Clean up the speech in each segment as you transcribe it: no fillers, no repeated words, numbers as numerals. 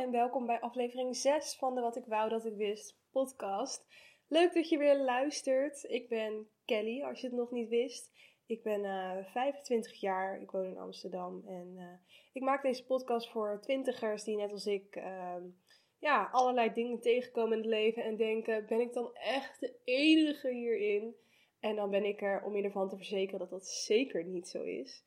en welkom bij aflevering 6 van de Wat ik wou dat ik wist podcast. Leuk dat je weer luistert. Ik ben Kelly, als je het nog niet wist. Ik ben 25 jaar, ik woon in Amsterdam en ik maak deze podcast voor twintigers die net als ik allerlei dingen tegenkomen in het leven en denken, ben ik dan echt de enige hierin? En dan ben ik er om je ervan te verzekeren dat dat zeker niet zo is.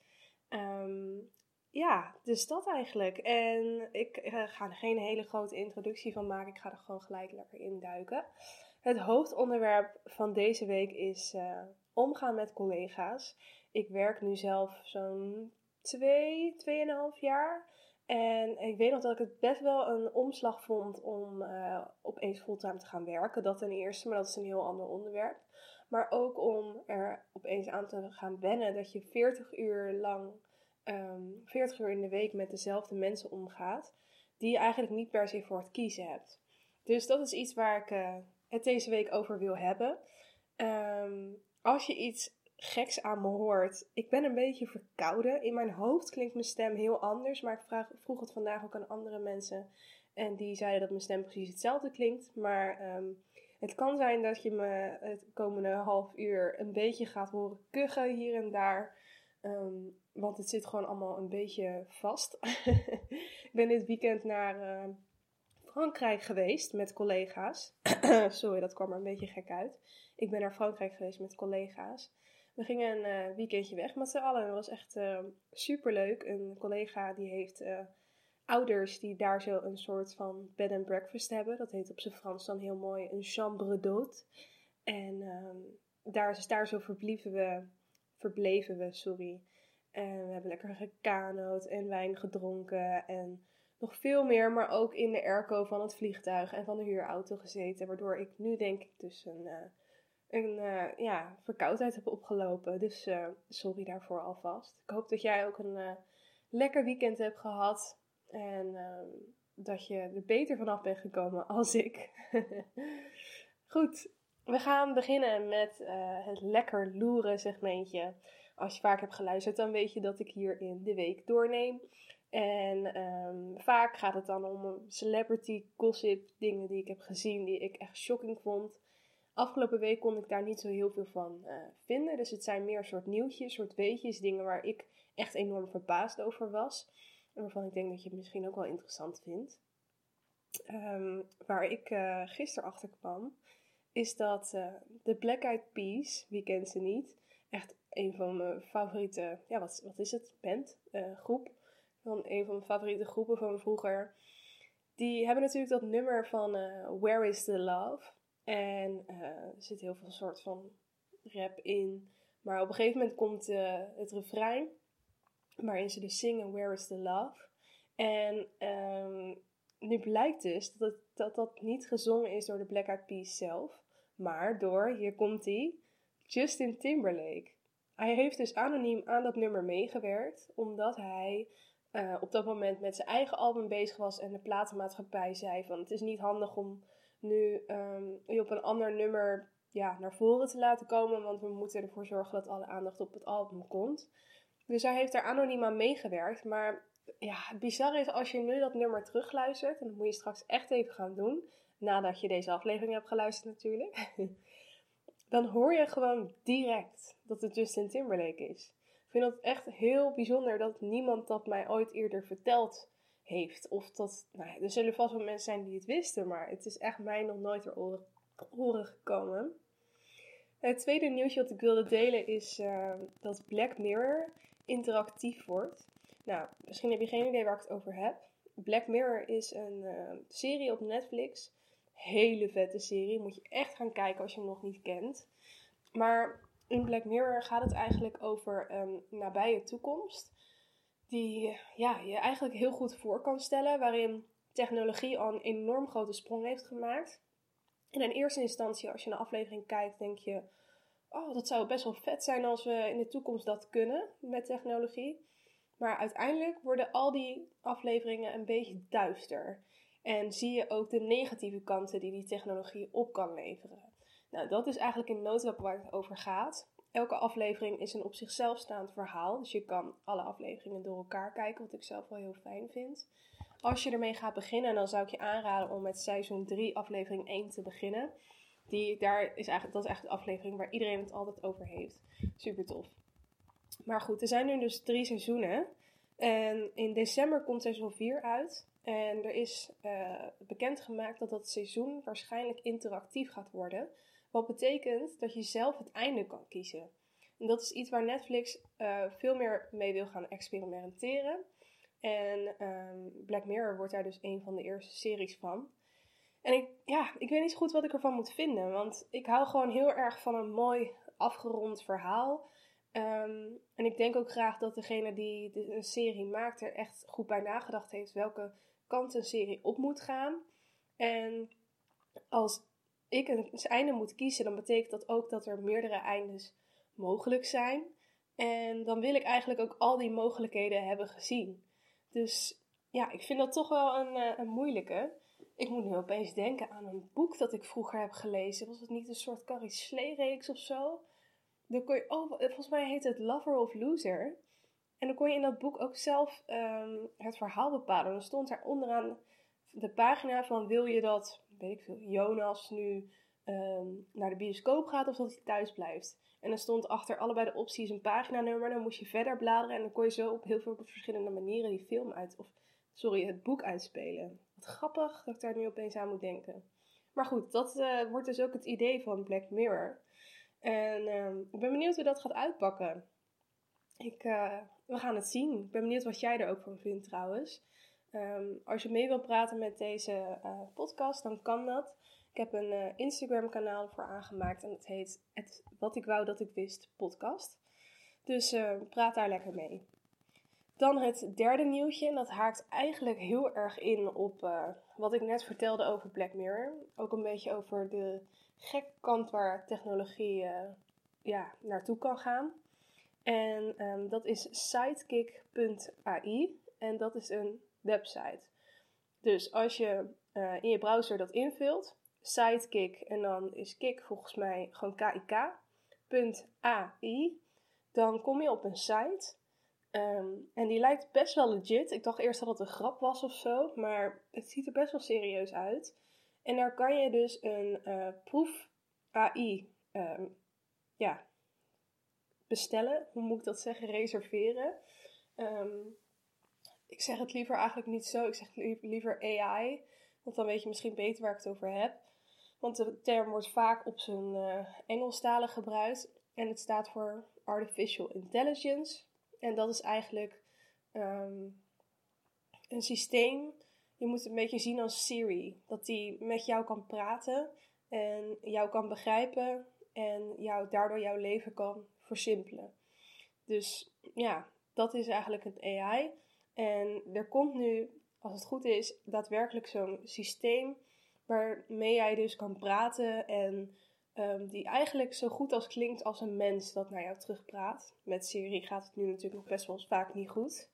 Dus dat eigenlijk. En ik ga er geen hele grote introductie van maken. Ik ga er gewoon gelijk lekker in duiken. Het hoofdonderwerp van deze week is omgaan met collega's. Ik werk nu zelf zo'n 2,5 jaar. En ik weet nog dat ik het best wel een omslag vond om opeens fulltime te gaan werken. Dat ten eerste, maar dat is een heel ander onderwerp. Maar ook om er opeens aan te gaan wennen dat je 40 uur in de week met dezelfde mensen omgaat, die je eigenlijk niet per se voor het kiezen hebt. Dus dat is iets waar ik het deze week over wil hebben. Als je iets geks aan me hoort, ik ben een beetje verkouden. In mijn hoofd klinkt mijn stem heel anders, maar ik vroeg het vandaag ook aan andere mensen. En die zeiden dat mijn stem precies hetzelfde klinkt. Maar het kan zijn dat je me het komende half uur een beetje gaat horen kuchen hier en daar. Want het zit gewoon allemaal een beetje vast. Ik ben dit weekend naar Frankrijk geweest met collega's. Sorry, dat kwam er een beetje gek uit. Ik ben naar Frankrijk geweest met collega's. We gingen een weekendje weg met z'n allen. Het was echt superleuk. Een collega die heeft ouders die daar zo een soort van bed and breakfast hebben. Dat heet op zijn Frans dan heel mooi een chambre d'hôte. En daar zo verbleven we. En we hebben lekker gekanoot en wijn gedronken en nog veel meer, maar ook in de airco van het vliegtuig en van de huurauto gezeten, waardoor ik nu denk ik dus een verkoudheid heb opgelopen. Dus sorry daarvoor alvast. Ik hoop dat jij ook een lekker weekend hebt gehad en dat je er beter vanaf bent gekomen als ik. Goed, we gaan beginnen met het lekker loeren segmentje. Als je vaak hebt geluisterd, dan weet je dat ik hierin de week doorneem. En vaak gaat het dan om celebrity gossip, dingen die ik heb gezien, die ik echt shocking vond. Afgelopen week kon ik daar niet zo heel veel van vinden. Dus het zijn meer soort nieuwtjes, soort weetjes, dingen waar ik echt enorm verbaasd over was. En waarvan ik denk dat je het misschien ook wel interessant vindt. Waar ik gisteren achter kwam, is dat de Black Eyed Peas, wie kent ze niet, echt een van mijn favoriete, wat is het, groep. Van een van mijn favoriete groepen van vroeger. Die hebben natuurlijk dat nummer van Where is the Love. En er zit heel veel soort van rap in. Maar op een gegeven moment komt het refrein, waarin ze dus zingen Where is the Love. En nu blijkt dus dat niet gezongen is door de Black Eyed Peas zelf, maar door, hier komt ie, Justin Timberlake. Hij heeft dus anoniem aan dat nummer meegewerkt, omdat hij op dat moment met zijn eigen album bezig was en de platenmaatschappij zei van het is niet handig om nu je op een ander nummer naar voren te laten komen, want we moeten ervoor zorgen dat alle aandacht op het album komt. Dus hij heeft daar anoniem aan meegewerkt, maar het bizarre is als je nu dat nummer terugluistert, en dat moet je straks echt even gaan doen, nadat je deze aflevering hebt geluisterd natuurlijk, dan hoor je gewoon direct dat het Justin Timberlake is. Ik vind dat echt heel bijzonder dat niemand dat mij ooit eerder verteld heeft. Of dat, er zullen vast wel mensen zijn die het wisten, maar het is echt mij nog nooit ter oren gekomen. Het tweede nieuwtje wat ik wilde delen is dat Black Mirror interactief wordt. Nou, misschien heb je geen idee waar ik het over heb. Black Mirror is een serie op Netflix. Hele vette serie. Moet je echt gaan kijken als je hem nog niet kent. Maar in Black Mirror gaat het eigenlijk over een nabije toekomst. Die je eigenlijk heel goed voor kan stellen. Waarin technologie al een enorm grote sprong heeft gemaakt. En in eerste instantie, als je een aflevering kijkt, denk je, oh, dat zou best wel vet zijn als we in de toekomst dat kunnen met technologie. Maar uiteindelijk worden al die afleveringen een beetje duister. En zie je ook de negatieve kanten die technologie op kan leveren. Nou, dat is eigenlijk in notendop waar het over gaat. Elke aflevering is een op zichzelf staand verhaal. Dus je kan alle afleveringen door elkaar kijken, wat ik zelf wel heel fijn vind. als je ermee gaat beginnen, dan zou ik je aanraden om met seizoen 3 aflevering 1 te beginnen. Dat is eigenlijk de aflevering waar iedereen het altijd over heeft. Super tof. Maar goed, er zijn nu dus 3 seizoenen. En in december komt seizoen 4 uit. En er is bekendgemaakt dat dat seizoen waarschijnlijk interactief gaat worden. Wat betekent dat je zelf het einde kan kiezen. En dat is iets waar Netflix veel meer mee wil gaan experimenteren. En Black Mirror wordt daar dus een van de eerste series van. En ik weet niet zo goed wat ik ervan moet vinden. Want ik hou gewoon heel erg van een mooi afgerond verhaal. En ik denk ook graag dat degene die een serie maakt er echt goed bij nagedacht heeft welke kant een serie op moet gaan. En als ik een einde moet kiezen, dan betekent dat ook dat er meerdere eindes mogelijk zijn. En dan wil ik eigenlijk ook al die mogelijkheden hebben gezien. Dus ja, ik vind dat toch wel een moeilijke. Ik moet nu opeens denken aan een boek dat ik vroeger heb gelezen. Was het niet een soort Carrie Slee-reeks of zo? Dan kon je, volgens mij heet het Lover of Loser. En dan kon je in dat boek ook zelf het verhaal bepalen. Dan stond daar onderaan de pagina van wil je dat, weet ik veel, Jonas nu naar de bioscoop gaat of dat hij thuis blijft. En dan stond achter allebei de opties een paginanummer. Dan moest je verder bladeren en dan kon je zo op heel veel verschillende manieren het boek uitspelen. Wat grappig dat ik daar nu opeens aan moet denken. Maar goed, dat wordt dus ook het idee van Black Mirror. En ik ben benieuwd hoe dat gaat uitpakken. We gaan het zien. Ik ben benieuwd wat jij er ook van vindt trouwens. Als je mee wilt praten met deze podcast, dan kan dat. Ik heb een Instagram kanaal voor aangemaakt en het heet Wat ik wou dat ik wist podcast. Dus praat daar lekker mee. Dan het derde nieuwtje, en dat haakt eigenlijk heel erg in op wat ik net vertelde over Black Mirror. Ook een beetje over de gekke kant waar technologie naartoe kan gaan. En dat is sidekick.ai en dat is een website. Dus als je in je browser dat invult, sidekick en dan is kick volgens mij gewoon kik.ai, dan kom je op een site. En die lijkt best wel legit. Ik dacht eerst dat het een grap was of zo, maar het ziet er best wel serieus uit. En daar kan je dus een proef AI bestellen. Hoe moet ik dat zeggen? Reserveren. Ik zeg het liever eigenlijk niet zo. Ik zeg liever AI. Want dan weet je misschien beter waar ik het over heb. Want de term wordt vaak op zijn Engelstalig gebruikt. En het staat voor Artificial Intelligence. En dat is eigenlijk een systeem. Je moet het een beetje zien als Siri. Dat die met jou kan praten. En jou kan begrijpen. En daardoor jouw leven kan versimpelen. Dus ja, dat is eigenlijk het AI. En er komt nu, als het goed is, daadwerkelijk zo'n systeem waarmee jij dus kan praten en die eigenlijk zo goed als klinkt als een mens dat naar jou terugpraat. Met Siri gaat het nu natuurlijk nog best wel vaak niet goed.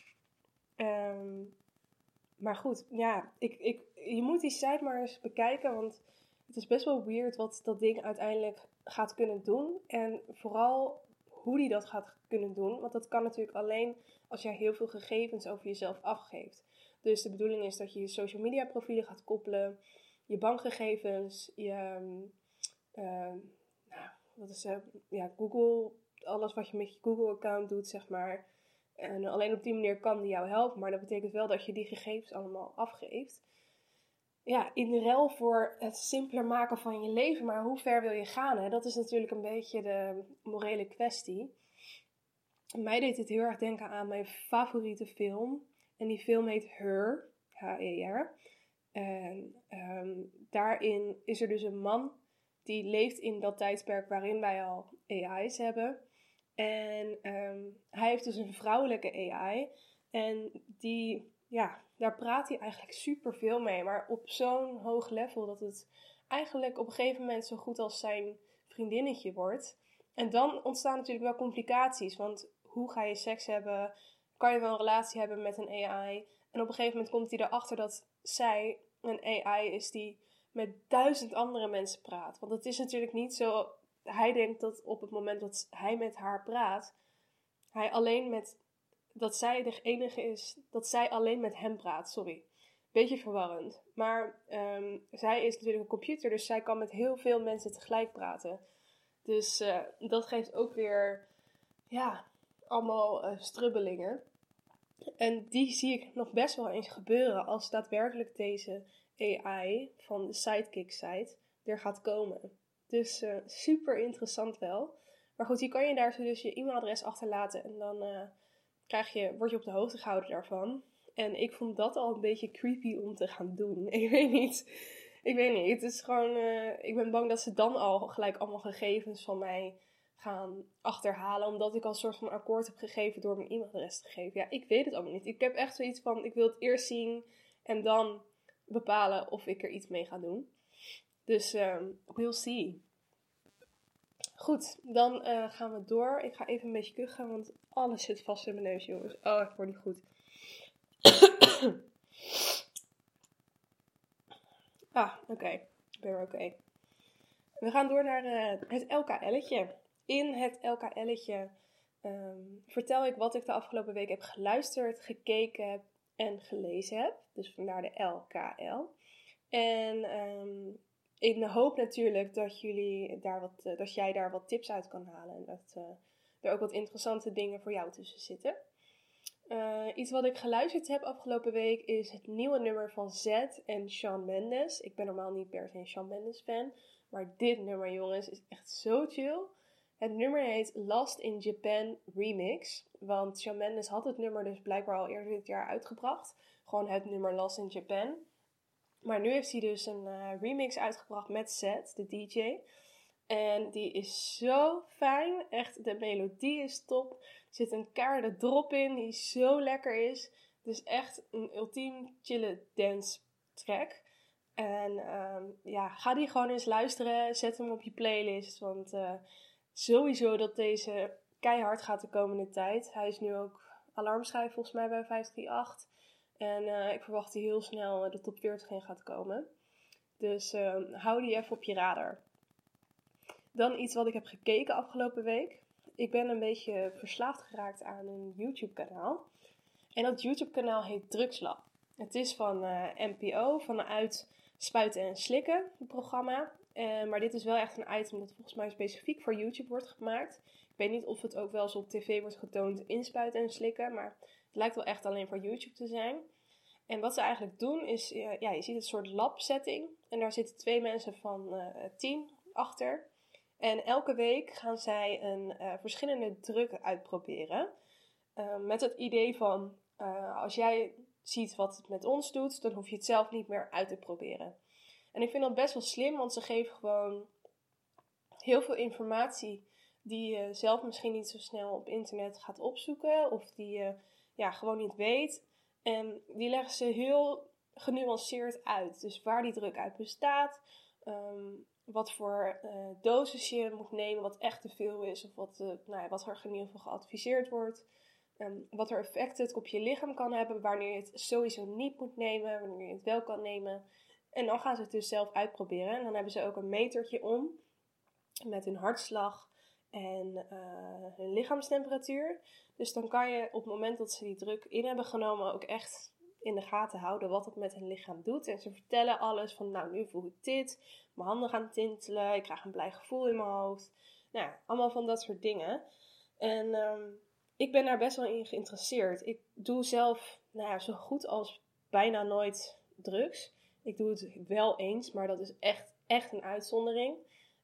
Maar goed, ja, je moet die site maar eens bekijken, want het is best wel weird wat dat ding uiteindelijk gaat kunnen doen. En vooral hoe die dat gaat kunnen doen. Want dat kan natuurlijk alleen als jij heel veel gegevens over jezelf afgeeft. Dus de bedoeling is dat je je social media profielen gaat koppelen. Je bankgegevens. Google. Alles wat je met je Google account doet, zeg maar. En alleen op die manier kan die jou helpen. Maar dat betekent wel dat je die gegevens allemaal afgeeft. Ja, in de ruil voor het simpeler maken van je leven. Maar hoe ver wil je gaan? Hè? Dat is natuurlijk een beetje de morele kwestie. Mij deed het heel erg denken aan mijn favoriete film. En die film heet Her. H-E-R. En daarin is er dus een man die leeft in dat tijdperk waarin wij al AI's hebben. En hij heeft dus een vrouwelijke AI. En daar praat hij eigenlijk super veel mee. Maar op zo'n hoog level dat het eigenlijk op een gegeven moment zo goed als zijn vriendinnetje wordt. En dan ontstaan natuurlijk wel complicaties. Want hoe ga je seks hebben? Kan je wel een relatie hebben met een AI? En op een gegeven moment komt hij erachter dat zij een AI is die met 1000 andere mensen praat. Want het is natuurlijk niet zo. Hij denkt dat op het moment dat hij met haar praat, hij alleen met dat zij de enige is, dat zij alleen met hem praat, sorry. Beetje verwarrend. Maar zij is natuurlijk een computer, dus zij kan met heel veel mensen tegelijk praten. Dus dat geeft ook weer, ja, allemaal strubbelingen. En die zie ik nog best wel eens gebeuren als daadwerkelijk deze AI van de Sidekick-site er gaat komen. Dus super interessant wel. Maar goed, hier kan je daar dus je e-mailadres achterlaten en dan word je op de hoogte gehouden daarvan. En ik vond dat al een beetje creepy om te gaan doen. Ik weet niet. Het is gewoon, ik ben bang dat ze dan al gelijk allemaal gegevens van mij gaan achterhalen. Omdat ik al een soort van akkoord heb gegeven door mijn e-mailadres te geven. Ja, ik weet het allemaal niet. Ik heb echt zoiets van, ik wil het eerst zien en dan bepalen of ik er iets mee ga doen. Dus we'll see. Goed, dan gaan we door. Ik ga even een beetje kuchen, want alles zit vast in mijn neus, jongens. Oh, ik word niet goed. Oké. Ik ben weer oké. We gaan door naar het LKL'tje. In het LKL'tje vertel ik wat ik de afgelopen week heb geluisterd, gekeken heb en gelezen heb. Dus vandaar de LKL. En in de hoop natuurlijk dat jij daar wat tips uit kan halen. En dat er ook wat interessante dingen voor jou tussen zitten. Iets wat ik geluisterd heb afgelopen week is het nieuwe nummer van Zedd en Shawn Mendes. Ik ben normaal niet per se een Shawn Mendes fan. Maar dit nummer, jongens, is echt zo chill. Het nummer heet Lost in Japan Remix. Want Shawn Mendes had het nummer dus blijkbaar al eerder dit jaar uitgebracht. Gewoon het nummer Lost in Japan. Maar nu heeft hij dus een remix uitgebracht met Zedd, de DJ. En die is zo fijn. Echt, de melodie is top. Er zit een keiharde drop in die zo lekker is. Dus echt een ultiem chille dance track. En ga die gewoon eens luisteren. Zet hem op je playlist. Want sowieso dat deze keihard gaat de komende tijd. Hij is nu ook alarmschijf volgens mij bij 538. En ik verwacht hij heel snel de top 40 in gaat komen. Dus hou die even op je radar. Dan iets wat ik heb gekeken afgelopen week. Ik ben een beetje verslaafd geraakt aan een YouTube-kanaal. En dat YouTube-kanaal heet Drugslab. Het is van NPO, vanuit Spuiten en Slikken, het programma. Maar dit is wel echt een item dat volgens mij specifiek voor YouTube wordt gemaakt. Ik weet niet of het ook wel eens op tv wordt getoond in Spuiten en Slikken. Maar het lijkt wel echt alleen voor YouTube te zijn. En wat ze eigenlijk doen is, je ziet een soort lab setting. En daar zitten 2 mensen van het team achter. En elke week gaan zij een verschillende drug uitproberen. Met het idee van, als jij ziet wat het met ons doet, dan hoef je het zelf niet meer uit te proberen. En ik vind dat best wel slim, want ze geven gewoon heel veel informatie die je zelf misschien niet zo snel op internet gaat opzoeken. Of die je gewoon niet weet. En die leggen ze heel genuanceerd uit. Dus waar die drug uit bestaat. Wat voor dosis je moet nemen, wat echt te veel is. Of wat er in ieder geval geadviseerd wordt. Wat er effecten het op je lichaam kan hebben. Wanneer je het sowieso niet moet nemen. Wanneer je het wel kan nemen. En dan gaan ze het dus zelf uitproberen. En dan hebben ze ook een metertje om. Met hun hartslag en hun lichaamstemperatuur. Dus dan kan je op het moment dat ze die drug in hebben genomen ook echt in de gaten houden wat het met hun lichaam doet. En ze vertellen alles van, nu voel ik dit. Mijn handen gaan tintelen. Ik krijg een blij gevoel in mijn hoofd. Nou ja, allemaal van dat soort dingen. En ik ben daar best wel in geïnteresseerd. Ik doe zelf zo goed als bijna nooit drugs. Ik doe het wel eens, maar dat is echt een uitzondering.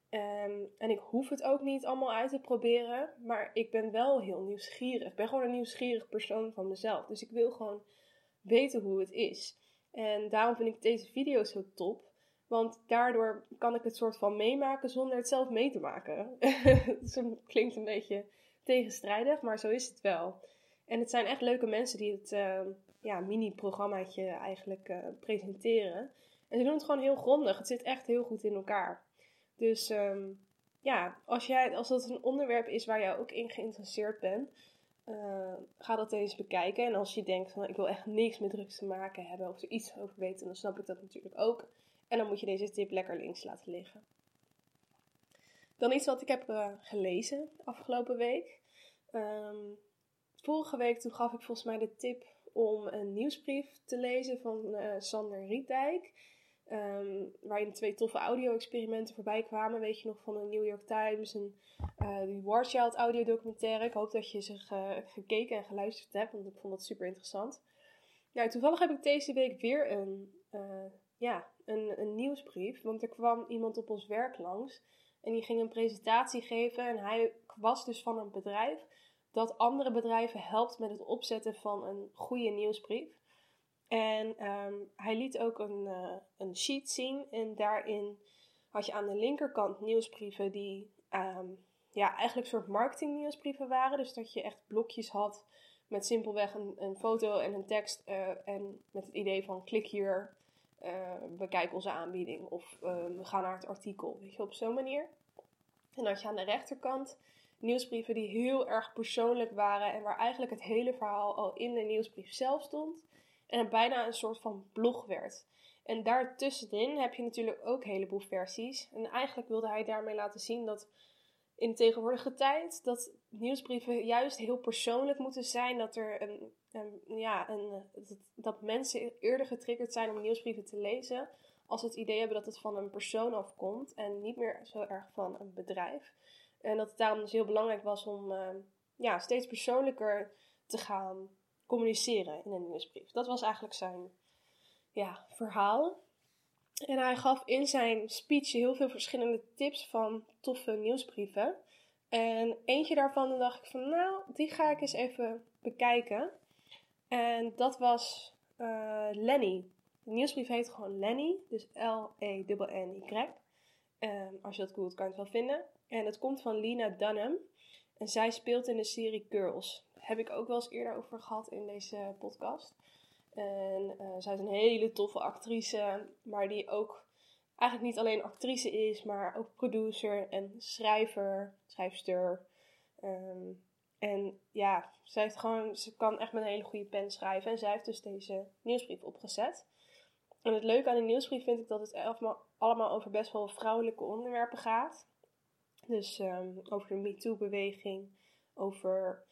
En ik hoef het ook niet allemaal uit te proberen. Maar ik ben wel heel nieuwsgierig. Ik ben gewoon een nieuwsgierig persoon van mezelf. Dus ik wil gewoon weten hoe het is. En daarom vind ik deze video zo top. Want daardoor kan ik het soort van meemaken zonder het zelf mee te maken. Het klinkt een beetje tegenstrijdig, maar zo is het wel. En het zijn echt leuke mensen die het mini-programmaatje eigenlijk presenteren. En ze doen het gewoon heel grondig. Het zit echt heel goed in elkaar. Dus als dat een onderwerp is waar jij ook in geïnteresseerd bent, ga dat eens bekijken. En als je denkt van ik wil echt niks met drugs te maken hebben of er iets over weten, dan snap ik dat natuurlijk ook. En dan moet je deze tip lekker links laten liggen. Dan iets wat ik heb gelezen afgelopen week. vorige week toen gaf ik volgens mij de tip om een nieuwsbrief te lezen van Sander Rietdijk. Waarin 2 toffe audio-experimenten voorbij kwamen. Weet je nog van de New York Times en die War Child audiodocumentaire. Ik hoop dat je ze gekeken en geluisterd hebt, want ik vond dat super interessant. Nou, toevallig heb ik deze week weer een nieuwsbrief. Want er kwam iemand op ons werk langs en die ging een presentatie geven. En hij was dus van een bedrijf dat andere bedrijven helpt met het opzetten van een goede nieuwsbrief. En hij liet ook een sheet zien. En daarin had je aan de linkerkant nieuwsbrieven die eigenlijk een soort marketing nieuwsbrieven waren. Dus dat je echt blokjes had met simpelweg een foto en een tekst. En met het idee van klik hier, bekijk onze aanbieding. Of we gaan naar het artikel. Weet je, op zo'n manier. En dan had je aan de rechterkant nieuwsbrieven die heel erg persoonlijk waren. En waar eigenlijk het hele verhaal al in de nieuwsbrief zelf stond. En het bijna een soort van blog werd. En daartussenin heb je natuurlijk ook een heleboel versies. En eigenlijk wilde hij daarmee laten zien dat in de tegenwoordige tijd dat nieuwsbrieven juist heel persoonlijk moeten zijn. Dat er dat mensen eerder getriggerd zijn om nieuwsbrieven te lezen als ze het idee hebben dat het van een persoon afkomt en niet meer zo erg van een bedrijf. En dat het daarom dus heel belangrijk was om steeds persoonlijker te gaan communiceren in een nieuwsbrief. Dat was eigenlijk zijn verhaal. En hij gaf in zijn speech heel veel verschillende tips van toffe nieuwsbrieven. En eentje daarvan dacht ik van, nou, die ga ik eens even bekijken. En dat was Lenny. De nieuwsbrief heet gewoon Lenny, dus Lenny. Als je dat googelt kan je het wel vinden. En het komt van Lena Dunham. En zij speelt in de serie Girls. Daar heb ik ook wel eens eerder over gehad in deze podcast. En zij is een hele toffe actrice, maar die ook eigenlijk niet alleen actrice is, maar ook producer en schrijfster. En ja, ze kan echt met een hele goede pen schrijven. En zij heeft dus deze nieuwsbrief opgezet. En het leuke aan die nieuwsbrief vind ik dat het allemaal over best wel vrouwelijke onderwerpen gaat. Dus over de MeToo-beweging, over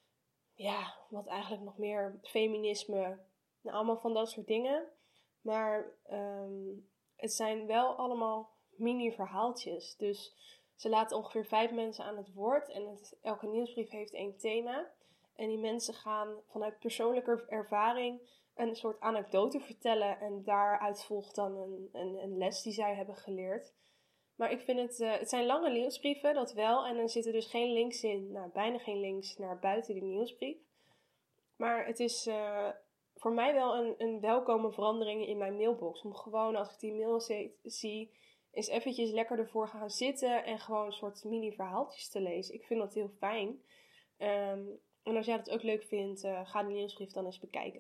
wat eigenlijk nog meer, feminisme, nou, allemaal van dat soort dingen. Maar het zijn wel allemaal mini-verhaaltjes. Dus ze laten ongeveer 5 mensen aan het woord. En elke nieuwsbrief heeft 1 thema. En die mensen gaan vanuit persoonlijke ervaring een soort anekdote vertellen. En daaruit volgt dan een les die zij hebben geleerd. Maar ik vind het zijn lange nieuwsbrieven, dat wel. En er zitten dus geen links in, bijna geen links naar buiten die nieuwsbrief. Maar het is voor mij wel een welkome verandering in mijn mailbox. Om gewoon, als ik die mail zie, eens eventjes lekker ervoor gaan zitten en gewoon een soort mini-verhaaltjes te lezen. Ik vind dat heel fijn. En als jij dat ook leuk vindt, ga de nieuwsbrief dan eens bekijken.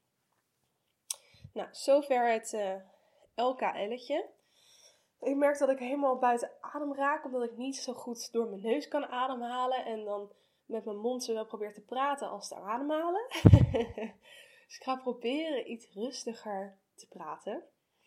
Nou, zover het LKL'tje. Ik merk dat ik helemaal buiten adem raak, omdat ik niet zo goed door mijn neus kan ademhalen. En dan met mijn mond zowel probeer te praten als te ademhalen. Dus ik ga proberen iets rustiger te praten.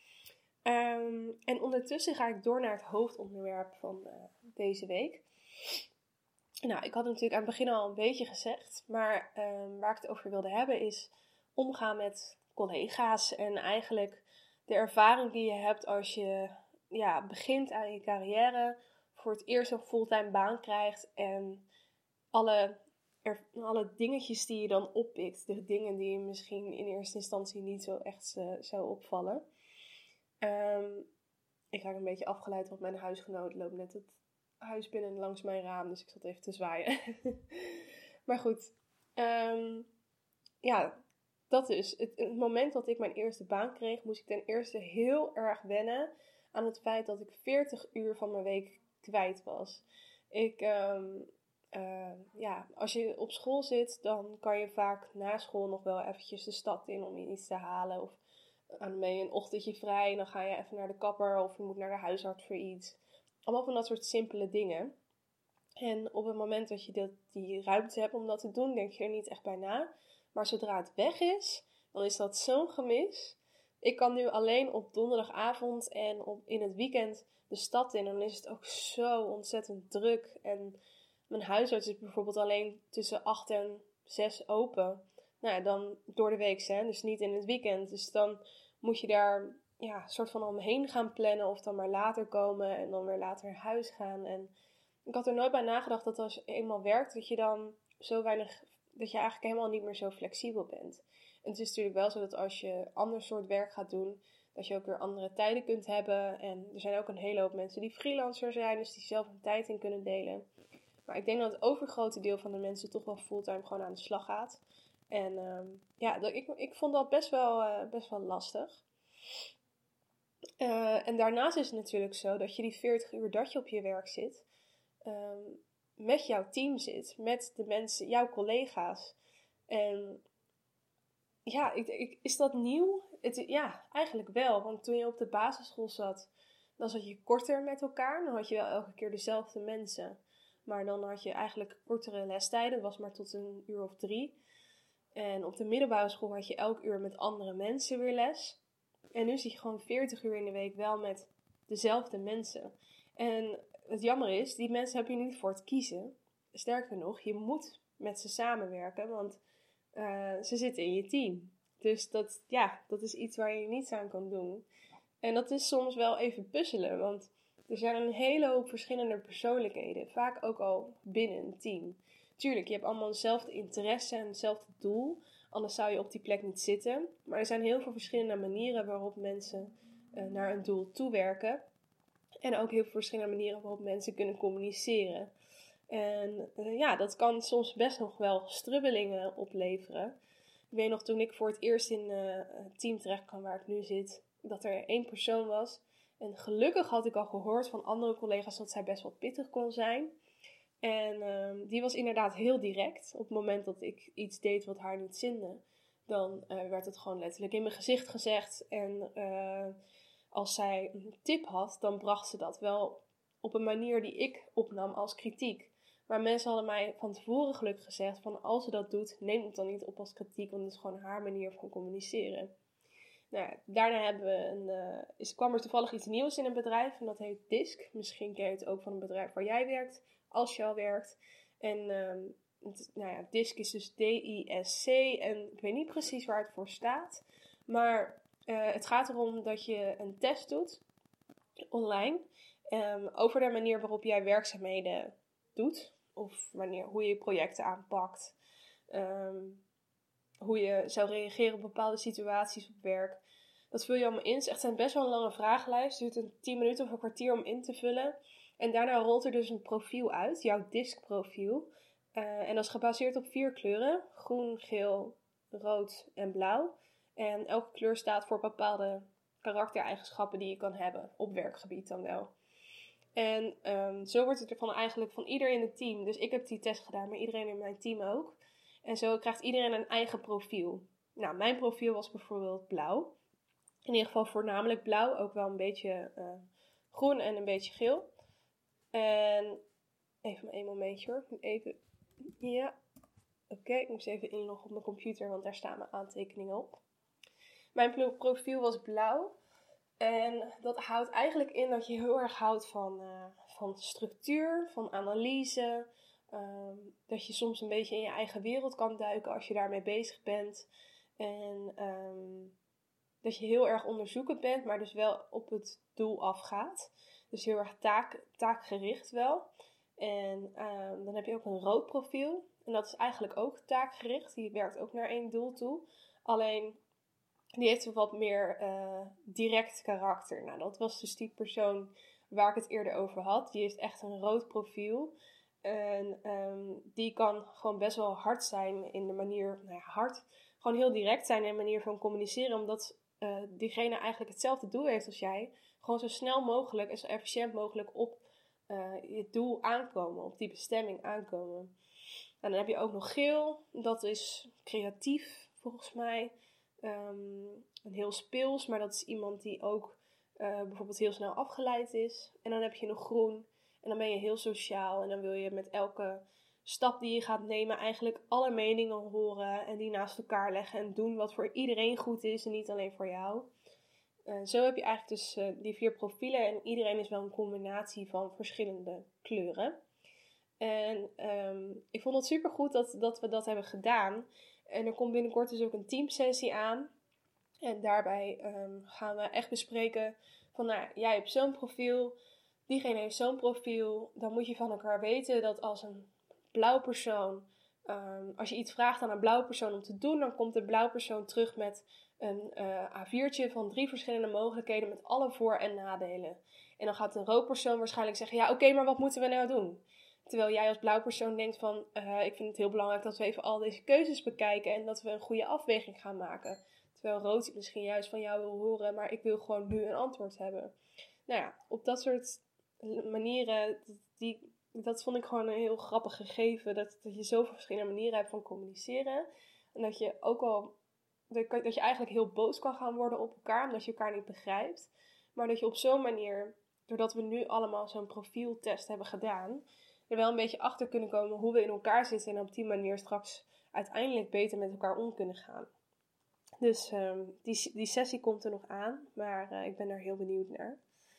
En ondertussen ga ik door naar het hoofdonderwerp van deze week. Nou, ik had het natuurlijk aan het begin al een beetje gezegd. Maar waar ik het over wilde hebben is omgaan met collega's. En eigenlijk de ervaring die je hebt als je begint aan je carrière. Voor het eerst een fulltime baan krijgt. En alle dingetjes die je dan oppikt. De dingen die je misschien in eerste instantie niet zo echt zou opvallen. Ik raak een beetje afgeleid, want mijn huisgenoot loopt net het huis binnen langs mijn raam. Dus ik zat even te zwaaien. Maar goed. Dat dus. Het moment dat ik mijn eerste baan kreeg, moest ik ten eerste heel erg wennen aan het feit dat ik 40 uur van mijn week kwijt was. Als je op school zit, dan kan je vaak na school nog wel eventjes de stad in om iets te halen. Of dan ben je een ochtendje vrij en dan ga je even naar de kapper of je moet naar de huisarts voor iets. Allemaal van dat soort simpele dingen. En op het moment dat je die ruimte hebt om dat te doen, denk je er niet echt bij na. Maar zodra het weg is, dan is dat zo'n gemis. Ik kan nu alleen op donderdagavond en in het weekend de stad in. En dan is het ook zo ontzettend druk. En mijn huisarts is bijvoorbeeld alleen tussen 8 en 6 open. Nou ja, dan door de week zijn, dus niet in het weekend. Dus dan moet je daar een soort van omheen gaan plannen of dan maar later komen en dan weer later naar huis gaan. En ik had er nooit bij nagedacht dat als je eenmaal werkt, dat je dan zo weinig, dat je eigenlijk helemaal niet meer zo flexibel bent. En het is natuurlijk wel zo dat als je ander soort werk gaat doen, dat je ook weer andere tijden kunt hebben. En er zijn ook een hele hoop mensen die freelancer zijn, dus die zelf hun tijd in kunnen delen. Maar ik denk dat het overgrote deel van de mensen toch wel fulltime gewoon aan de slag gaat. En ik vond dat best wel lastig. En daarnaast is het natuurlijk zo dat je die 40 uur dat je op je werk zit, met jouw team zit, met de mensen, jouw collega's. En ja, is dat nieuw? Eigenlijk wel. Want toen je op de basisschool zat, dan zat je korter met elkaar. Dan had je wel elke keer dezelfde mensen. Maar dan had je eigenlijk kortere lestijden. Dat was maar tot 1 uur of 3. En op de middelbare school had je elk uur met andere mensen weer les. En nu zit je gewoon 40 uur in de week wel met dezelfde mensen. En het jammer is, die mensen heb je niet voor het kiezen. Sterker nog, je moet met ze samenwerken, want ze zitten in je team. Dus dat is iets waar je niets aan kan doen. En dat is soms wel even puzzelen, want er zijn een hele hoop verschillende persoonlijkheden. Vaak ook al binnen een team. Tuurlijk, je hebt allemaal dezelfde interesse en hetzelfde doel. Anders zou je op die plek niet zitten. Maar er zijn heel veel verschillende manieren waarop mensen naar een doel toewerken. En ook heel veel verschillende manieren waarop mensen kunnen communiceren. En dat kan soms best nog wel strubbelingen opleveren. Ik weet nog, toen ik voor het eerst in het team terecht kwam waar ik nu zit, dat er 1 persoon was. En gelukkig had ik al gehoord van andere collega's dat zij best wel pittig kon zijn. En die was inderdaad heel direct. Op het moment dat ik iets deed wat haar niet zinde, dan werd het gewoon letterlijk in mijn gezicht gezegd. En als zij een tip had, dan bracht ze dat wel op een manier die ik opnam als kritiek. Maar mensen hadden mij van tevoren gelukkig gezegd van als ze dat doet, neem het dan niet op als kritiek, want het is gewoon haar manier van communiceren. Nou ja, daarna kwam er toevallig iets nieuws in een bedrijf en dat heet DISC. Misschien ken je het ook van een bedrijf waar jij werkt, als je al werkt. En DISC is dus DISC en ik weet niet precies waar het voor staat. Maar het gaat erom dat je een test doet, online, over de manier waarop jij werkzaamheden doet. Of hoe je projecten aanpakt. Hoe je zou reageren op bepaalde situaties op werk. Dat vul je allemaal in. Het is echt best wel een lange vragenlijst. Het duurt 10 minuten of een kwartier om in te vullen. En daarna rolt er dus een profiel uit. Jouw DISC-profiel. En dat is gebaseerd op 4 kleuren. Groen, geel, rood en blauw. En elke kleur staat voor bepaalde karaktereigenschappen die je kan hebben. Op werkgebied dan wel. En zo wordt het ervan eigenlijk van ieder in het team. Dus ik heb die test gedaan, maar iedereen in mijn team ook. En zo krijgt iedereen een eigen profiel. Nou, mijn profiel was bijvoorbeeld blauw. In ieder geval voornamelijk blauw. Ook wel een beetje groen en een beetje geel. En even maar 1 momentje hoor. Oké, ik moest even inloggen op mijn computer, want daar staan mijn aantekeningen op. Mijn profiel was blauw. En dat houdt eigenlijk in dat je heel erg houdt van structuur, van analyse. Dat je soms een beetje in je eigen wereld kan duiken als je daarmee bezig bent. En dat je heel erg onderzoekend bent, maar dus wel op het doel afgaat. Dus heel erg taakgericht wel. En dan heb je ook een rood profiel. En dat is eigenlijk ook taakgericht. Die werkt ook naar 1 doel toe. Alleen die heeft een wat meer direct karakter. Nou, dat was dus die persoon waar ik het eerder over had. Die heeft echt een rood profiel. En die kan gewoon best wel hard zijn in de manier, gewoon heel direct zijn in de manier van communiceren. Omdat diegene eigenlijk hetzelfde doel heeft als jij. Gewoon zo snel mogelijk en zo efficiënt mogelijk op je doel aankomen, op die bestemming aankomen. En dan heb je ook nog geel. Dat is creatief volgens mij. En heel speels, maar dat is iemand die ook bijvoorbeeld heel snel afgeleid is. En dan heb je nog groen. En dan ben je heel sociaal. En dan wil je met elke stap die je gaat nemen eigenlijk alle meningen horen. En die naast elkaar leggen en doen wat voor iedereen goed is en niet alleen voor jou. Zo heb je eigenlijk dus die 4 profielen. En iedereen is wel een combinatie van verschillende kleuren. En ik vond het supergoed dat we dat hebben gedaan. En er komt binnenkort dus ook een teamsessie aan. En daarbij gaan we echt bespreken van, nou, jij hebt zo'n profiel, diegene heeft zo'n profiel. Dan moet je van elkaar weten dat als een blauw persoon, als je iets vraagt aan een blauwe persoon om te doen, dan komt de blauwe persoon terug met een A4'tje van 3 verschillende mogelijkheden met alle voor- en nadelen. En dan gaat een rood persoon waarschijnlijk zeggen, ja oké, maar wat moeten we nou doen? Terwijl jij als blauw persoon denkt van, ik vind het heel belangrijk dat we even al deze keuzes bekijken en dat we een goede afweging gaan maken. Terwijl rood misschien juist van jou wil horen, maar ik wil gewoon nu een antwoord hebben. Nou ja, op dat soort manieren, dat vond ik gewoon een heel grappig gegeven. Dat je zoveel verschillende manieren hebt van communiceren. En dat je ook al, dat je eigenlijk heel boos kan gaan worden op elkaar, omdat je elkaar niet begrijpt. Maar dat je op zo'n manier, doordat we nu allemaal zo'n profieltest hebben gedaan, er wel een beetje achter kunnen komen hoe we in elkaar zitten. En op die manier straks uiteindelijk beter met elkaar om kunnen gaan. Dus die sessie komt er nog aan, maar ik ben er heel benieuwd naar.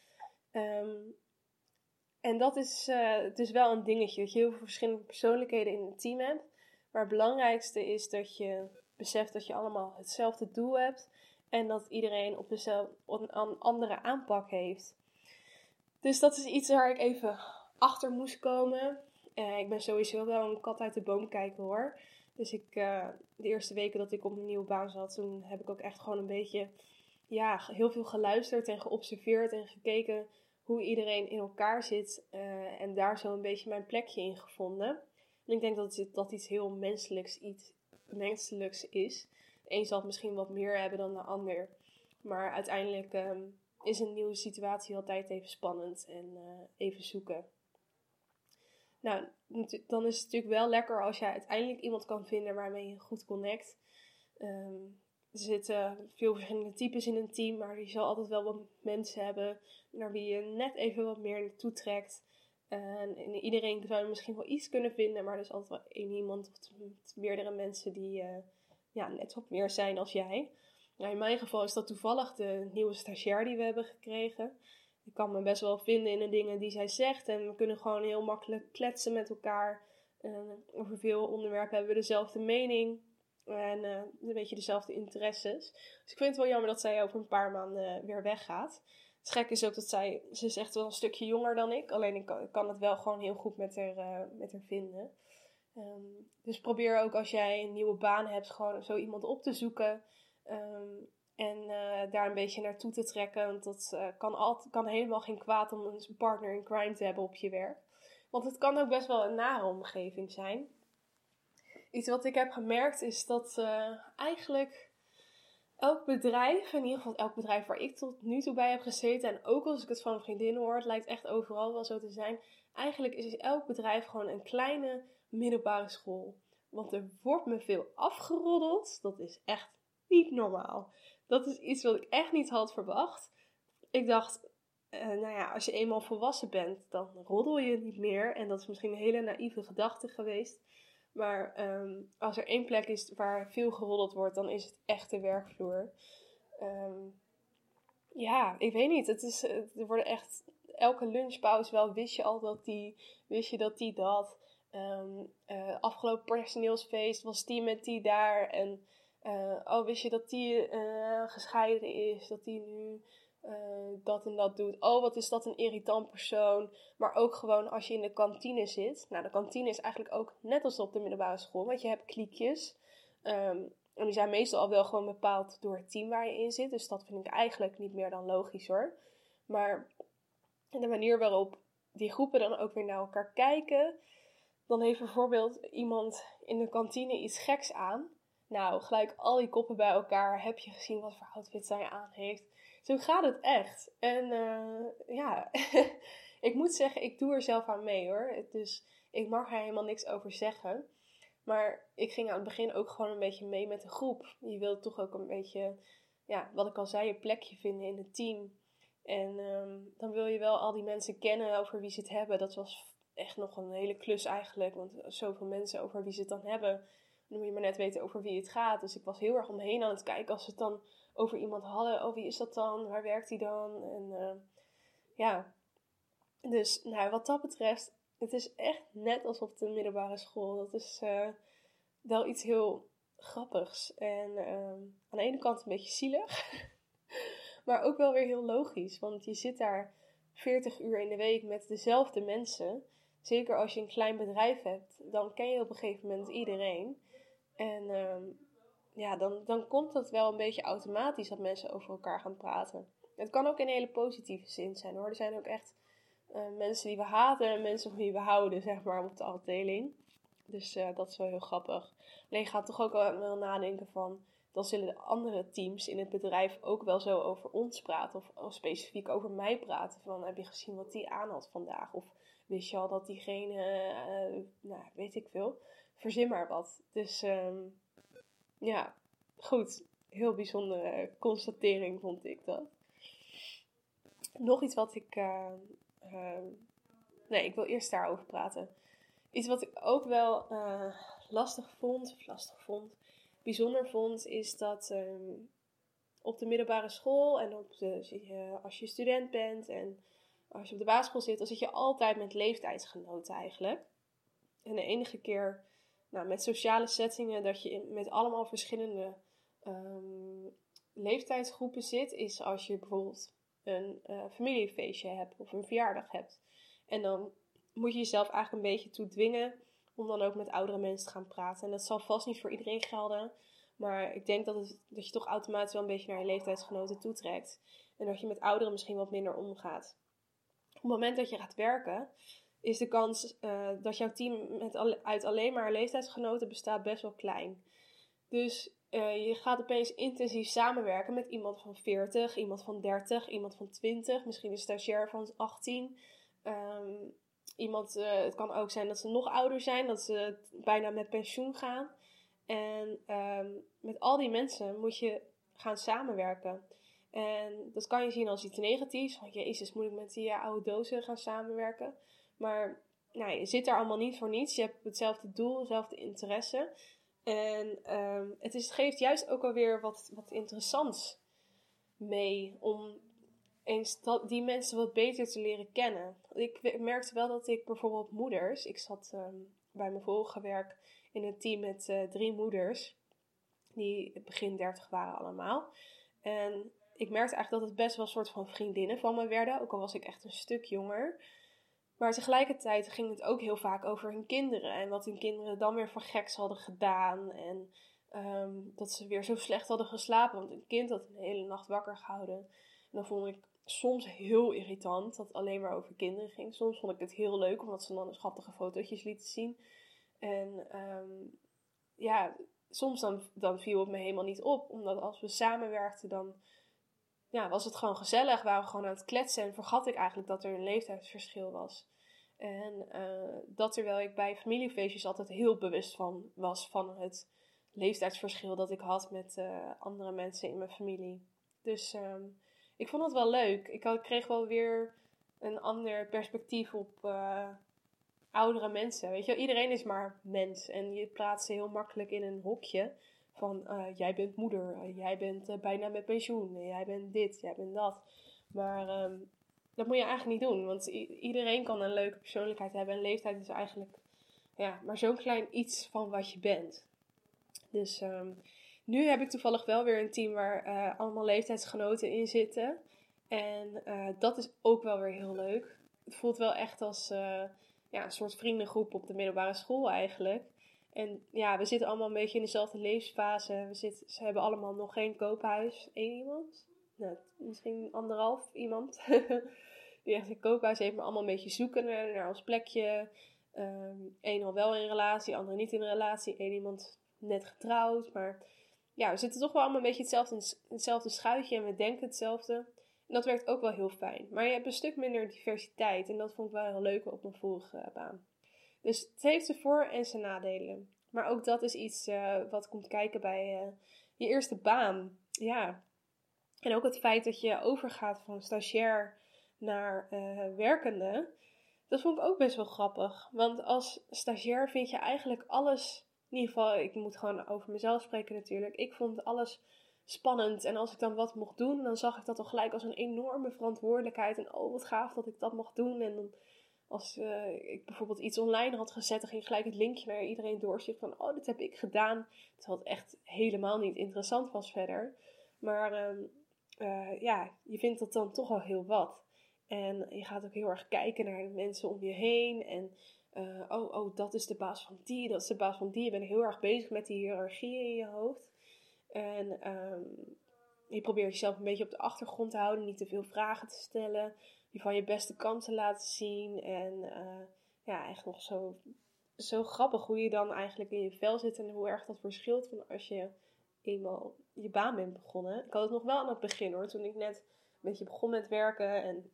En dat is dus wel een dingetje, dat je heel veel verschillende persoonlijkheden in het team hebt. Maar het belangrijkste is dat je beseft dat je allemaal hetzelfde doel hebt. En dat iedereen op een andere aanpak heeft. Dus dat is iets waar ik even achter moest komen. Ik ben sowieso wel een kat uit de boom kijken hoor. Dus de eerste weken dat ik op een nieuwe baan zat, toen heb ik ook echt gewoon een beetje, ja, heel veel geluisterd en geobserveerd en gekeken hoe iedereen in elkaar zit. En daar zo een beetje mijn plekje in gevonden. En ik denk dat iets heel menselijks is. De een zal het misschien wat meer hebben dan de ander. Maar uiteindelijk is een nieuwe situatie altijd even spannend en even zoeken. Nou, dan is het natuurlijk wel lekker als je uiteindelijk iemand kan vinden waarmee je goed connect. Er zitten veel verschillende types in een team, maar je zal altijd wel wat mensen hebben naar wie je net even wat meer naartoe trekt. En iedereen zou je misschien wel iets kunnen vinden, maar er is altijd wel één iemand of meerdere mensen die net wat meer zijn als jij. Nou, in mijn geval is dat toevallig de nieuwe stagiair die we hebben gekregen. Ik kan me best wel vinden in de dingen die zij zegt. En we kunnen gewoon heel makkelijk kletsen met elkaar. Over veel onderwerpen hebben we dezelfde mening. En een beetje dezelfde interesses. Dus ik vind het wel jammer dat zij over een paar maanden weer weggaat. Het gekke is ook dat ze is echt wel een stukje jonger dan ik. Alleen ik kan het wel gewoon heel goed met haar vinden. Dus probeer ook als jij een nieuwe baan hebt, gewoon zo iemand op te zoeken. En daar een beetje naartoe te trekken. Want dat kan helemaal geen kwaad om een partner in crime te hebben op je werk. Want het kan ook best wel een nare omgeving zijn. Iets wat ik heb gemerkt is dat eigenlijk elk bedrijf, in ieder geval elk bedrijf waar ik tot nu toe bij heb gezeten, en ook als ik het van vriendinnen hoor, het lijkt echt overal wel zo te zijn. Eigenlijk is elk bedrijf gewoon een kleine middelbare school. Want er wordt me veel afgeroddeld. Dat is echt niet normaal. Dat is iets wat ik echt niet had verwacht. Ik dacht, als je eenmaal volwassen bent, dan roddel je niet meer. En dat is misschien een hele naïeve gedachte geweest. Maar als er één plek is waar veel geroddeld wordt, dan is het echt de werkvloer. Ik weet niet. Er worden echt elke lunchpauze wel, wist je dat die dat. Afgelopen personeelsfeest was die met die daar. En wist je dat die gescheiden is, dat die nu dat en dat doet. Oh, wat is dat een irritant persoon. Maar ook gewoon als je in de kantine zit. Nou, de kantine is eigenlijk ook net als op de middelbare school. Want je hebt kliekjes. En die zijn meestal al wel gewoon bepaald door het team waar je in zit. Dus dat vind ik eigenlijk niet meer dan logisch hoor. Maar de manier waarop die groepen dan ook weer naar elkaar kijken. Dan heeft bijvoorbeeld iemand in de kantine iets geks aan. Nou, gelijk al die koppen bij elkaar. Heb je gezien wat voor outfit zij aan heeft? Zo gaat het echt. En ik moet zeggen, ik doe er zelf aan mee hoor. Dus ik mag er helemaal niks over zeggen. Maar ik ging aan het begin ook gewoon een beetje mee met de groep. Je wilt toch ook een beetje, wat ik al zei, een plekje vinden in het team. En dan wil je wel al die mensen kennen over wie ze het hebben. Dat was echt nog een hele klus eigenlijk. Want zoveel mensen over wie ze het dan hebben. Dan moet je maar net weten over wie het gaat. Dus ik was heel erg omheen aan het kijken als ze het dan over iemand hadden. Oh, wie is dat dan? Waar werkt hij dan? En Dus wat dat betreft het is echt net als op de middelbare school. Dat is wel iets heel grappigs. En aan de ene kant een beetje zielig. Maar ook wel weer heel logisch. Want je zit daar 40 uur in de week met dezelfde mensen. Zeker als je een klein bedrijf hebt. Dan ken je op een gegeven moment iedereen. En dan komt dat wel een beetje automatisch dat mensen over elkaar gaan praten. Het kan ook in een hele positieve zin zijn hoor. Er zijn ook echt mensen die we haten en mensen van wie we houden, zeg maar, op de afdeling. Dus dat is wel heel grappig. Alleen gaat toch ook wel nadenken van, dan zullen de andere teams in het bedrijf ook wel zo over ons praten. Of specifiek over mij praten. Van, heb je gezien wat die aan had vandaag? Of wist je al dat diegene, weet ik veel. Verzin maar wat. Dus ja, goed. Heel bijzondere constatering vond ik dat. Nog iets wat ik... ik wil eerst daarover praten. Iets wat ik ook wel bijzonder vond, is dat op de middelbare school en als je student bent en als je op de basisschool zit, dan zit je altijd met leeftijdsgenoten eigenlijk. En de enige keer met sociale settingen dat je met allemaal verschillende leeftijdsgroepen zit, is als je bijvoorbeeld een familiefeestje hebt of een verjaardag hebt. En dan moet je jezelf eigenlijk een beetje toe dwingen om dan ook met oudere mensen te gaan praten. En dat zal vast niet voor iedereen gelden, maar ik denk dat je toch automatisch wel een beetje naar je leeftijdsgenoten toetrekt. En dat je met ouderen misschien wat minder omgaat. Op het moment dat je gaat werken, is de kans dat jouw team uit alleen maar leeftijdsgenoten bestaat best wel klein. Dus je gaat opeens intensief samenwerken met iemand van 40, iemand van 30, iemand van 20, misschien een stagiair van 18. Het kan ook zijn dat ze nog ouder zijn, dat ze bijna met pensioen gaan. En met al die mensen moet je gaan samenwerken. En dat kan je zien als iets negatiefs. Van jezus, moet ik met die oude dozen gaan samenwerken? Maar je zit daar allemaal niet voor niets. Je hebt hetzelfde doel, hetzelfde interesse. En het geeft juist ook alweer wat interessants mee om eens die mensen wat beter te leren kennen. Ik merkte wel dat ik bijvoorbeeld moeders... Ik zat bij mijn vorige werk in een team met 3 moeders. Die begin 30 waren allemaal. En ik merkte eigenlijk dat het best wel een soort van vriendinnen van me werden. Ook al was ik echt een stuk jonger. Maar tegelijkertijd ging het ook heel vaak over hun kinderen. En wat hun kinderen dan weer voor geks hadden gedaan. En dat ze weer zo slecht hadden geslapen. Want een kind had een hele nacht wakker gehouden. En dat vond ik soms heel irritant. Dat het alleen maar over kinderen ging. Soms vond ik het heel leuk. Omdat ze dan schattige fotootjes lieten zien. En soms dan viel het me helemaal niet op. Omdat als we samenwerkten dan was het gewoon gezellig. Waren we gewoon aan het kletsen. En vergat ik eigenlijk dat er een leeftijdsverschil was. En dat terwijl ik bij familiefeestjes altijd heel bewust was van het leeftijdsverschil dat ik had met andere mensen in mijn familie. Dus ik vond het wel leuk. Ik kreeg wel weer een ander perspectief op oudere mensen. Weet je, iedereen is maar mens. En je plaatst ze heel makkelijk in een hokje. Van jij bent moeder, jij bent bijna met pensioen, jij bent dit, jij bent dat. Maar dat moet je eigenlijk niet doen. Want iedereen kan een leuke persoonlijkheid hebben. En leeftijd is eigenlijk maar zo'n klein iets van wat je bent. Dus nu heb ik toevallig wel weer een team waar allemaal leeftijdsgenoten in zitten. En dat is ook wel weer heel leuk. Het voelt wel echt als een soort vriendengroep op de middelbare school eigenlijk. En we zitten allemaal een beetje in dezelfde levensfase. Ze hebben allemaal nog geen koophuis. 1 iemand? Nou, misschien 1,5 iemand. Die echt een koophuis heeft, maar allemaal een beetje zoeken naar ons plekje. Eén al wel in relatie, andere niet in relatie. 1 iemand net getrouwd. Maar we zitten toch wel allemaal een beetje hetzelfde schuitje. En we denken hetzelfde. En dat werkt ook wel heel fijn. Maar je hebt een stuk minder diversiteit. En dat vond ik wel heel leuk op mijn vorige baan. Dus het heeft zijn voor- en zijn nadelen. Maar ook dat is iets wat komt kijken bij je eerste baan. Ja. En ook het feit dat je overgaat van stagiair naar werkende. Dat vond ik ook best wel grappig. Want als stagiair vind je eigenlijk alles... In ieder geval, ik moet gewoon over mezelf spreken natuurlijk. Ik vond alles spannend. En als ik dan wat mocht doen, dan zag ik dat al gelijk als een enorme verantwoordelijkheid. En oh, wat gaaf dat ik dat mocht doen. En dan Als ik bijvoorbeeld iets online had gezet, dan ging gelijk het linkje naar iedereen doorsturen van, oh, dit heb ik gedaan. Terwijl het echt helemaal niet interessant was verder. Maar je vindt dat dan toch al heel wat. En je gaat ook heel erg kijken naar de mensen om je heen. En dat is de baas van die, dat is de baas van die. Je bent heel erg bezig met die hiërarchie in je hoofd. En je probeert jezelf een beetje op de achtergrond te houden. Niet te veel vragen te stellen. Je van je beste kant te laten zien. En echt nog zo grappig hoe je dan eigenlijk in je vel zit. En hoe erg dat verschilt van als je eenmaal je baan bent begonnen. Ik had het nog wel aan het begin hoor. Toen ik net een beetje begon met werken. En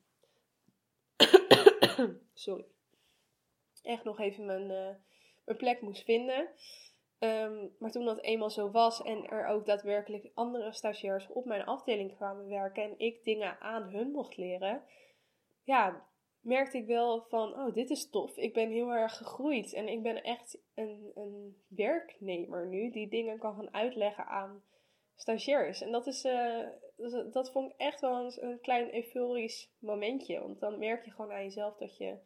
sorry. Echt nog even mijn plek moest vinden. Maar toen dat eenmaal zo was en er ook daadwerkelijk andere stagiairs op mijn afdeling kwamen werken en ik dingen aan hun mocht leren, merkte ik wel van, oh, dit is tof. Ik ben heel erg gegroeid en ik ben echt een werknemer nu die dingen kan gaan uitleggen aan stagiairs. En dat vond ik echt wel een klein euforisch momentje, want dan merk je gewoon aan jezelf dat je,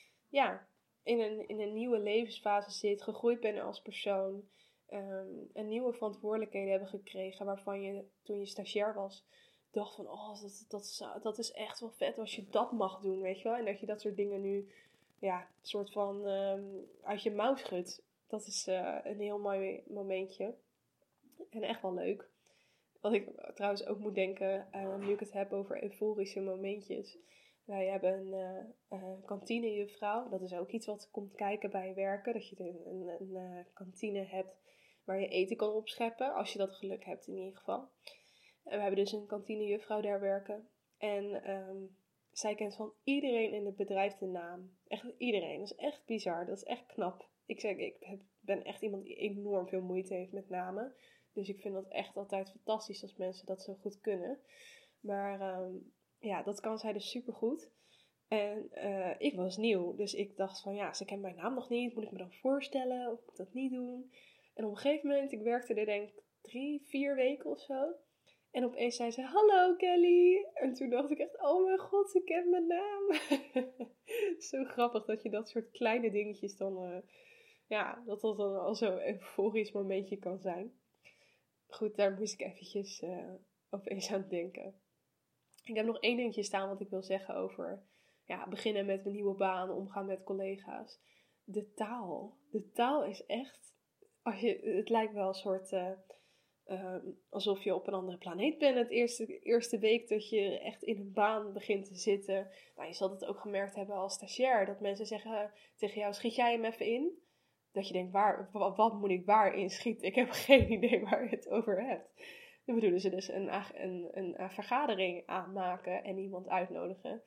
in een nieuwe levensfase zit, gegroeid bent als persoon, en nieuwe verantwoordelijkheden hebben gekregen waarvan je toen je stagiair was dacht van, oh, dat is echt wel vet als je dat mag doen, weet je wel. En dat je dat soort dingen nu, soort van uit je mouw schudt. Dat is een heel mooi momentje. En echt wel leuk. Wat ik trouwens ook moet denken, nu ik het heb over euforische momentjes. Wij hebben een kantinejuffrouw. Dat is ook iets wat komt kijken bij werken. Dat je een kantine hebt waar je eten kan opscheppen. Als je dat geluk hebt in ieder geval. En we hebben dus een kantinejuffrouw daar werken. En zij kent van iedereen in het bedrijf de naam. Echt iedereen. Dat is echt bizar. Dat is echt knap. Ik ben echt iemand die enorm veel moeite heeft met namen. Dus ik vind dat echt altijd fantastisch als mensen dat zo goed kunnen. Maar dat kan zij dus supergoed. En ik was nieuw. Dus ik dacht van ze kent mijn naam nog niet. Moet ik me dan voorstellen? Of moet ik dat niet doen? En op een gegeven moment, ik werkte er denk ik 3-4 weken of zo. En opeens zei ze, hallo Kelly. En toen dacht ik echt, oh mijn god, ze kent mijn naam. Zo grappig dat je dat soort kleine dingetjes dan, dat dan al zo'n euforisch momentje kan zijn. Goed, daar moest ik eventjes opeens aan denken. Ik heb nog 1 dingetje staan wat ik wil zeggen over beginnen met een nieuwe baan, omgaan met collega's. De taal. De taal is echt, het lijkt wel een soort, alsof je op een andere planeet bent. Het eerste week dat je echt in een baan begint te zitten. Nou, je zal het ook gemerkt hebben als stagiair, dat mensen zeggen tegen jou, schiet jij hem even in? Dat je denkt, wat moet ik waar inschieten? Ik heb geen idee waar je het over hebt. Dan bedoelen ze dus een vergadering aanmaken en iemand uitnodigen.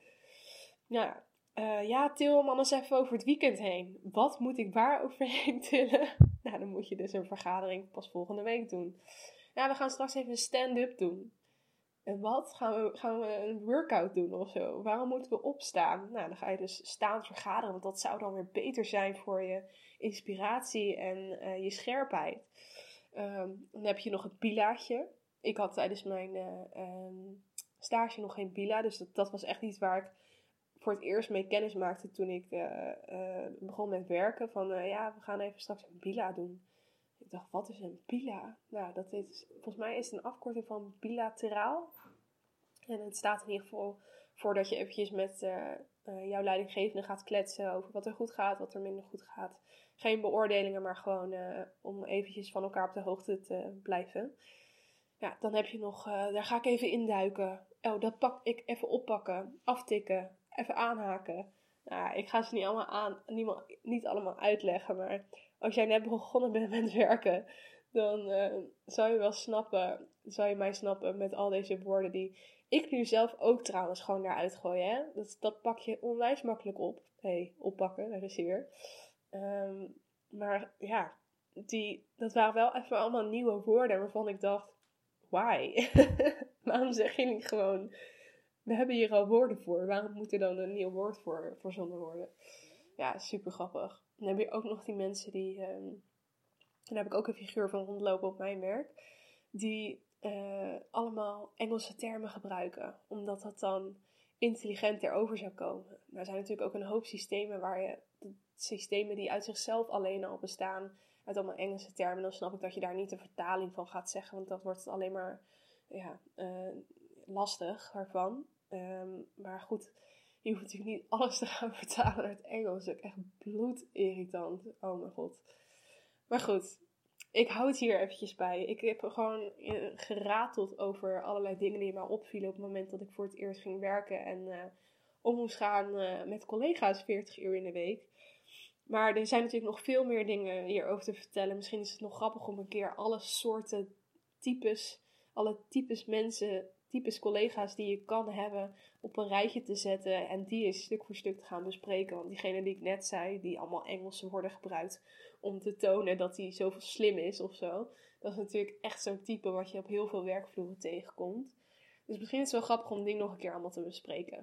Til hem anders even over het weekend heen. Wat moet ik waar overheen tillen? Nou, dan moet je dus een vergadering pas volgende week doen. Ja, we gaan straks even een stand-up doen. En wat? Gaan we een workout doen of zo? Waarom moeten we opstaan? Nou, dan ga je dus staan vergaderen, want dat zou dan weer beter zijn voor je inspiratie en je scherpheid. Dan heb je nog het pilaatje. Ik had tijdens mijn stage nog geen pila, dus dat was echt iets waar ik voor het eerst mee kennis maakte toen ik begon met werken. Van we gaan even straks een pila doen. Ik dacht, wat is een pila? Nou, volgens mij is het een afkorting van bilateraal. En het staat in ieder geval voor dat je eventjes met jouw leidinggevende gaat kletsen over wat er goed gaat, wat er minder goed gaat. Geen beoordelingen, maar gewoon om eventjes van elkaar op de hoogte te blijven. Ja, dan heb je nog, daar ga ik even induiken. Oh, dat pak ik even oppakken, aftikken, even aanhaken. Nou, ik ga ze niet allemaal uitleggen, maar als jij net begonnen bent met werken, dan zou je mij snappen met al deze woorden die ik nu zelf ook trouwens gewoon daaruit gooi. Hè? Dat pak je onwijs makkelijk op. Oppakken, daar is hij weer. Maar ja, dat waren wel even allemaal nieuwe woorden waarvan ik dacht, why? Waarom zeg je niet gewoon, we hebben hier al woorden voor. Waarom moet er dan een nieuw woord voor verzonnen worden? Ja, super grappig. Dan heb je ook nog die mensen die, daar heb ik ook een figuur van rondlopen op mijn werk, die allemaal Engelse termen gebruiken. Omdat dat dan intelligenter over zou komen. Nou, er zijn natuurlijk ook een hoop systemen die uit zichzelf alleen al bestaan, uit allemaal Engelse termen. Dan snap ik dat je daar niet de vertaling van gaat zeggen, want dat wordt alleen maar lastig daarvan. Maar goed, je hoeft natuurlijk niet alles te gaan vertalen uit Engels. Dat is ook echt bloedirritant. Oh mijn god. Maar goed, ik hou het hier eventjes bij. Ik heb gewoon gerateld over allerlei dingen die mij opvielen op het moment dat ik voor het eerst ging werken en om moest gaan met collega's 40 uur in de week. Maar er zijn natuurlijk nog veel meer dingen hierover te vertellen. Misschien is het nog grappig om een keer alle soorten types, alle types mensen, types collega's die je kan hebben op een rijtje te zetten en die eens stuk voor stuk te gaan bespreken. Want diegene die ik net zei, die allemaal Engelse worden gebruikt om te tonen dat hij zoveel slim is of zo. Dat is natuurlijk echt zo'n type wat je op heel veel werkvloeren tegenkomt. Dus misschien is het wel grappig om die nog een keer allemaal te bespreken.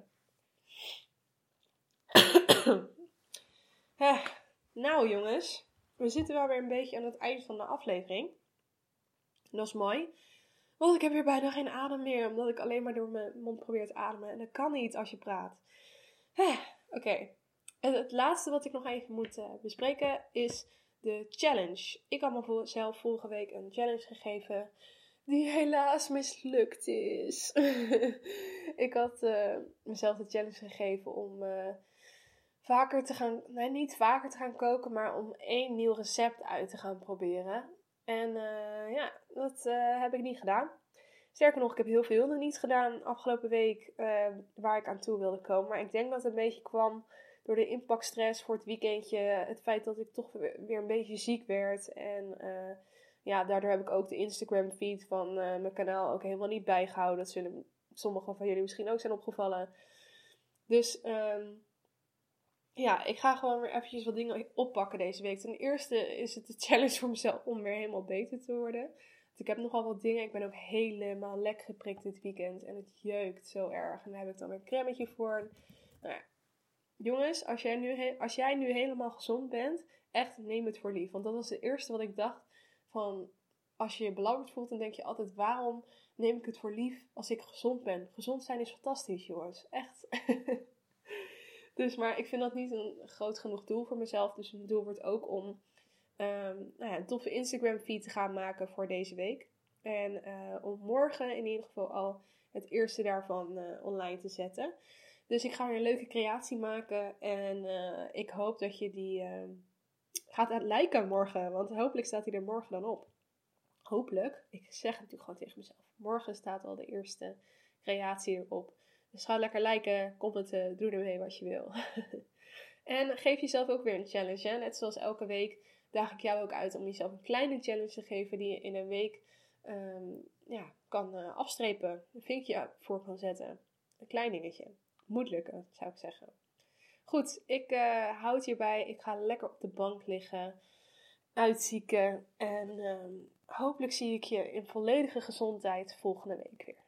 Nou jongens, we zitten wel weer een beetje aan het eind van de aflevering. Dat is mooi. Want ik heb weer bijna geen adem meer, omdat ik alleen maar door mijn mond probeer te ademen. En dat kan niet als je praat. Oké. En het laatste wat ik nog even moet bespreken is de challenge. Ik had mezelf vorige week een challenge gegeven die helaas mislukt is. Ik had mezelf de challenge gegeven om niet vaker te gaan koken, maar om 1 nieuw recept uit te gaan proberen. En dat heb ik niet gedaan. Sterker nog, ik heb heel veel nog niet gedaan afgelopen week waar ik aan toe wilde komen. Maar ik denk dat het een beetje kwam door de inpakstress voor het weekendje. Het feit dat ik toch weer een beetje ziek werd. En daardoor heb ik ook de Instagram feed van mijn kanaal ook helemaal niet bijgehouden. Dat zullen sommigen van jullie misschien ook zijn opgevallen. Dus ik ga gewoon weer eventjes wat dingen oppakken deze week. Ten eerste is het de challenge voor mezelf om weer helemaal beter te worden. Want ik heb nogal wat dingen. Ik ben ook helemaal lek geprikt dit weekend. En het jeukt zo erg. En daar heb ik dan weer een cremmetje voor. Nou ja. Jongens, als jij nu helemaal gezond bent, echt neem het voor lief. Want dat was het eerste wat ik dacht. Van, als je je belangrijk voelt, dan denk je altijd, waarom neem ik het voor lief als ik gezond ben? Gezond zijn is fantastisch, jongens. Echt. Dus, maar ik vind dat niet een groot genoeg doel voor mezelf. Dus mijn doel wordt ook om een toffe Instagram feed te gaan maken voor deze week. En om morgen in ieder geval al het eerste daarvan online te zetten. Dus ik ga weer een leuke creatie maken. En ik hoop dat je die gaat liken morgen. Want hopelijk staat hij er morgen dan op. Hopelijk. Ik zeg het natuurlijk gewoon tegen mezelf. Morgen staat al de eerste creatie erop. Dus ga lekker liken, commenten, doe ermee wat je wil. En geef jezelf ook weer een challenge. Hè? Net zoals elke week daag ik jou ook uit om jezelf een kleine challenge te geven die je in een week kan afstrepen. Een vinkje voor kan zetten. Een klein dingetje. Moet lukken, zou ik zeggen. Goed, ik hou het hierbij. Ik ga lekker op de bank liggen. Uitzieken. En hopelijk zie ik je in volledige gezondheid volgende week weer.